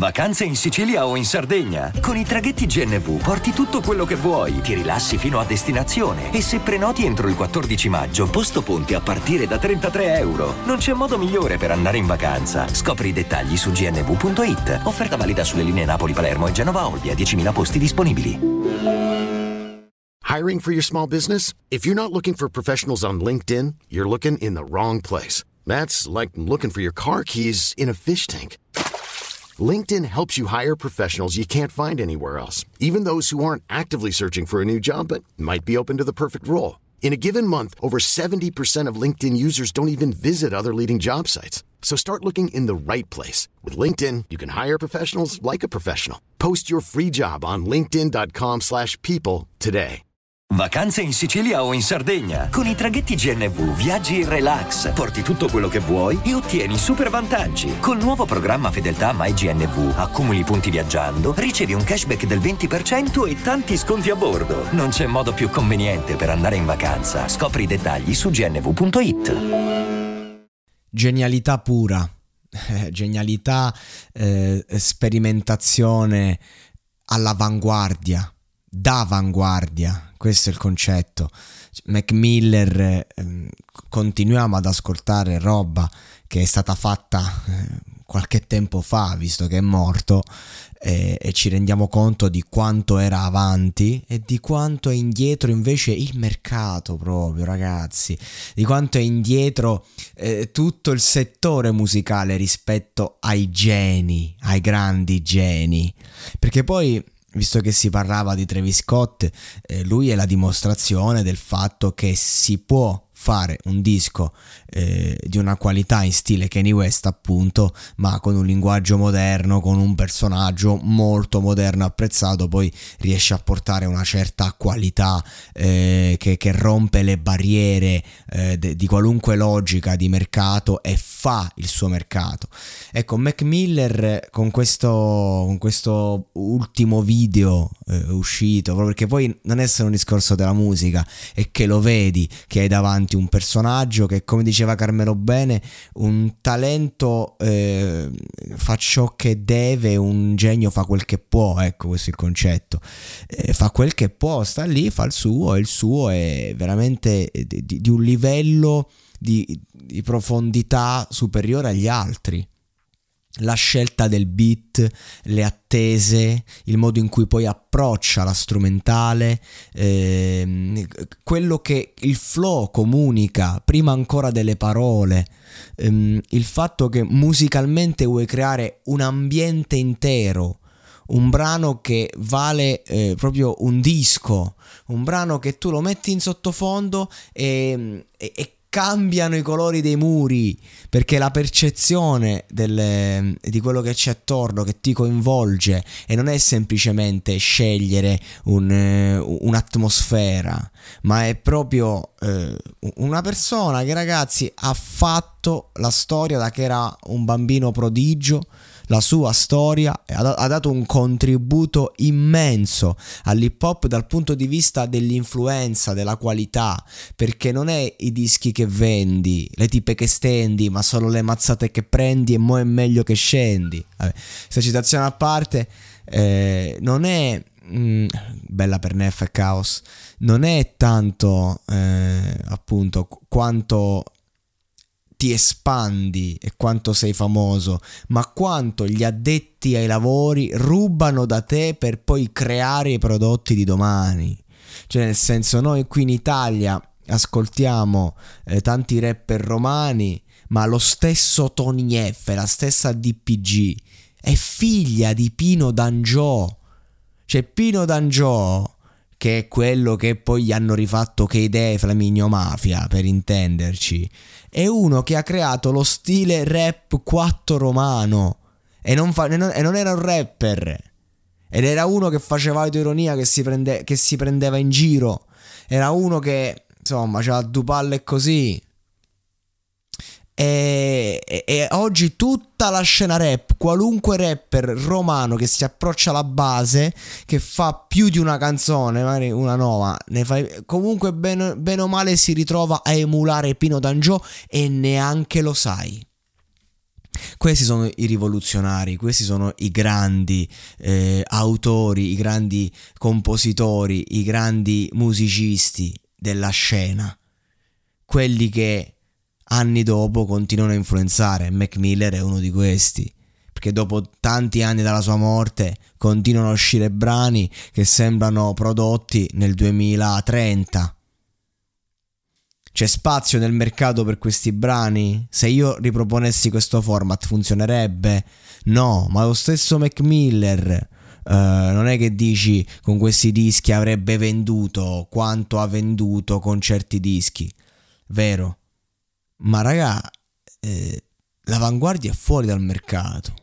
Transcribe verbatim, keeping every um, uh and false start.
Vacanze in Sicilia o in Sardegna? Con i traghetti G N V porti tutto quello che vuoi, ti rilassi fino a destinazione e se prenoti entro il quattordici maggio, posto ponti a partire da trentatré euro. Non c'è modo migliore per andare in vacanza. Scopri i dettagli su g n v punto i t. Offerta valida sulle linee Napoli-Palermo e Genova-Olbia, diecimila posti disponibili. Hiring for your small business? If you're not looking for professionals on LinkedIn, you're looking in the wrong place. That's like looking for your car keys in a fish tank. LinkedIn helps you hire professionals you can't find anywhere else, even those who aren't actively searching for a new job but might be open to the perfect role. In a given month, over seventy percent of LinkedIn users don't even visit other leading job sites. So start looking in the right place. With LinkedIn, you can hire professionals like a professional. Post your free job on linkedin dot com slash people today. Vacanze in Sicilia o in Sardegna? Con i traghetti G N V viaggi in relax, porti tutto quello che vuoi e ottieni super vantaggi. Col nuovo programma Fedeltà MyGNV accumuli punti viaggiando, ricevi un cashback del venti per cento e tanti sconti a bordo. Non c'è modo più conveniente per andare in vacanza. Scopri i dettagli su g n v punto i t. Genialità pura, genialità, eh, sperimentazione all'avanguardia, d'avanguardia. Questo è il concetto. Mac Miller, eh, continuiamo ad ascoltare roba che è stata fatta eh, qualche tempo fa, visto che è morto, eh, e ci rendiamo conto di quanto era avanti e di quanto è indietro invece il mercato, proprio, ragazzi, di quanto è indietro eh, tutto il settore musicale rispetto ai geni, ai grandi geni, perché poi, visto che si parlava di Travis Scott, eh, lui è la dimostrazione del fatto che si può fare un disco eh, di una qualità in stile Kanye West, appunto, ma con un linguaggio moderno, con un personaggio molto moderno, apprezzato, poi riesce a portare una certa qualità eh, che, che rompe le barriere eh, de, di qualunque logica di mercato e fa il suo mercato. Ecco, Mac Miller con questo, con questo ultimo video eh, uscito, proprio perché poi non è solo un discorso della musica, è che lo vedi che hai davanti un personaggio che, come diceva Carmelo Bene, un talento eh, fa ciò che deve, un genio fa quel che può, ecco, questo è il concetto, eh, fa quel che può, sta lì, fa il suo, e il suo è veramente di, di un livello di, di profondità superiore agli altri. La scelta del beat, le attese, il modo in cui poi approccia la strumentale, ehm, quello che il flow comunica prima ancora delle parole, ehm, il fatto che musicalmente vuoi creare un ambiente intero, un brano che vale eh, proprio un disco, un brano che tu lo metti in sottofondo e, e, e cambiano i colori dei muri, perché la percezione del, di quello che c'è attorno, che ti coinvolge, e non è semplicemente scegliere un, un'atmosfera, ma è proprio eh, una persona che, ragazzi, ha fatto la storia da che era un bambino prodigio, la sua storia, ha dato un contributo immenso all'hip hop dal punto di vista dell'influenza, della qualità, perché non è i dischi che vendi, le tipe che stendi, ma solo le mazzate che prendi e mo' è meglio che scendi. Vabbè, questa citazione a parte, eh, non è mh, bella per Neff e Chaos, non è tanto eh, appunto quanto ti espandi e quanto sei famoso, ma quanto gli addetti ai lavori rubano da te per poi creare i prodotti di domani. Cioè, nel senso, noi qui in Italia ascoltiamo eh, tanti rapper romani, ma lo stesso Tony F, la stessa D P G è figlia di Pino D'Angio. Cioè, Pino D'Angio, che è quello che poi gli hanno rifatto Che Idea e Flaminio Mafia, per intenderci, è uno che ha creato lo stile rap quattro romano e non, fa, e non, e non era un rapper, ed era uno che faceva autoironia, che si, prende, che si prendeva in giro, era uno che insomma c'ha due palle così. E, e, e oggi tutta la scena rap, qualunque rapper romano che si approccia alla base, che fa più di una canzone, magari una nuova, ne fai, comunque bene, bene o male si ritrova a emulare Pino D'Angio e neanche lo sai. Questi sono i rivoluzionari, questi sono i grandi eh, autori, i grandi compositori, i grandi musicisti della scena, quelli che anni dopo continuano a influenzare. Mac Miller è uno di questi, perché dopo tanti anni dalla sua morte continuano a uscire brani che sembrano prodotti nel duemilatrenta. C'è spazio nel mercato per questi brani? Se io riproponessi questo format funzionerebbe? No, ma lo stesso Mac Miller uh, non è che dici con questi dischi avrebbe venduto quanto ha venduto con certi dischi, vero? Ma raga, eh, l'avanguardia è fuori dal mercato.